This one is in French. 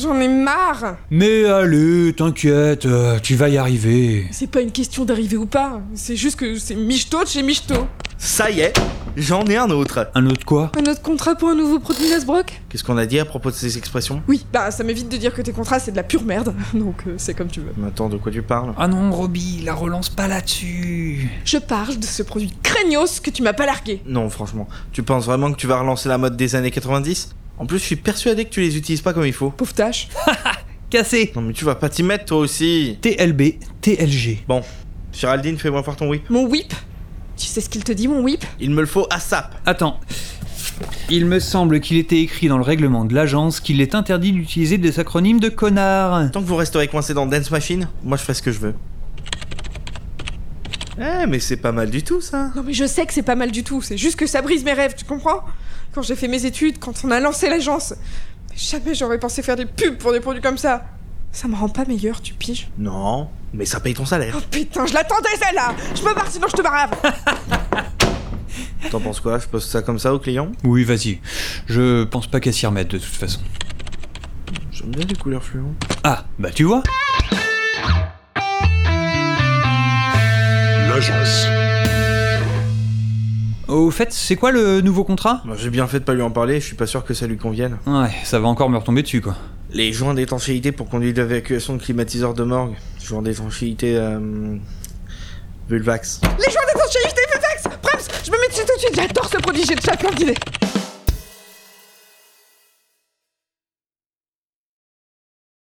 J'en ai marre. Mais allez, t'inquiète, tu vas y arriver. C'est pas une question d'arriver ou pas, c'est juste que c'est michto de chez michto. Ça y est, j'en ai un autre. Un autre quoi? Un autre contrat pour un nouveau produit Nasbrock? Qu'est-ce qu'on a dit à propos de ces expressions? Oui, bah ça m'évite de dire que tes contrats c'est de la pure merde, donc c'est comme tu veux. Mais attends, de quoi tu parles? Ah non, Roby, la relance pas là-dessus. Je parle de ce produit craignos que tu m'as pas largué. Non, franchement, tu penses vraiment que tu vas relancer la mode des années 90? En plus, je suis persuadé que tu les utilises pas comme il faut. Pauvre tâche. Cassé. Non mais tu vas pas t'y mettre toi aussi. TLB, TLG. Bon, Géraldine, fais-moi voir ton whip. Mon whip? Tu sais ce qu'il te dit, mon whip? Il me le faut à SAP. Attends. Il me semble qu'il était écrit dans le règlement de l'agence qu'il est interdit d'utiliser des acronymes de connards. Tant que vous resterez coincé dans Dance Machine, moi je fais ce que je veux. Eh, mais c'est pas mal du tout ça. Non mais je sais que c'est pas mal du tout, c'est juste que ça brise mes rêves, tu comprends? Quand j'ai fait mes études, quand on a lancé l'agence, jamais j'aurais pensé faire des pubs pour des produits comme ça. Ça me rend pas meilleur, tu piges? Non, mais ça paye ton salaire. Oh putain, je l'attendais celle-là! Je me barre sinon je te barave! T'en penses quoi? Je poste ça comme ça aux clients? Oui, vas-y. Je pense pas qu'elle s'y remette de toute façon. J'aime bien les couleurs fluo. Ah, bah tu vois. L'agence. Au fait, c'est quoi le nouveau contrat? Bah, j'ai bien fait de pas lui en parler, je suis pas sûr que ça lui convienne. Ouais, ça va encore me retomber dessus quoi. Les joints d'étanchéité pour conduite d'évacuation de climatiseurs de morgue. Joints d'étanchéité Vulvax. Les joints d'étanchéité Vulvax! Bref, je me mets dessus tout de suite, j'adore ce produit, j'ai déjà plein d'idées.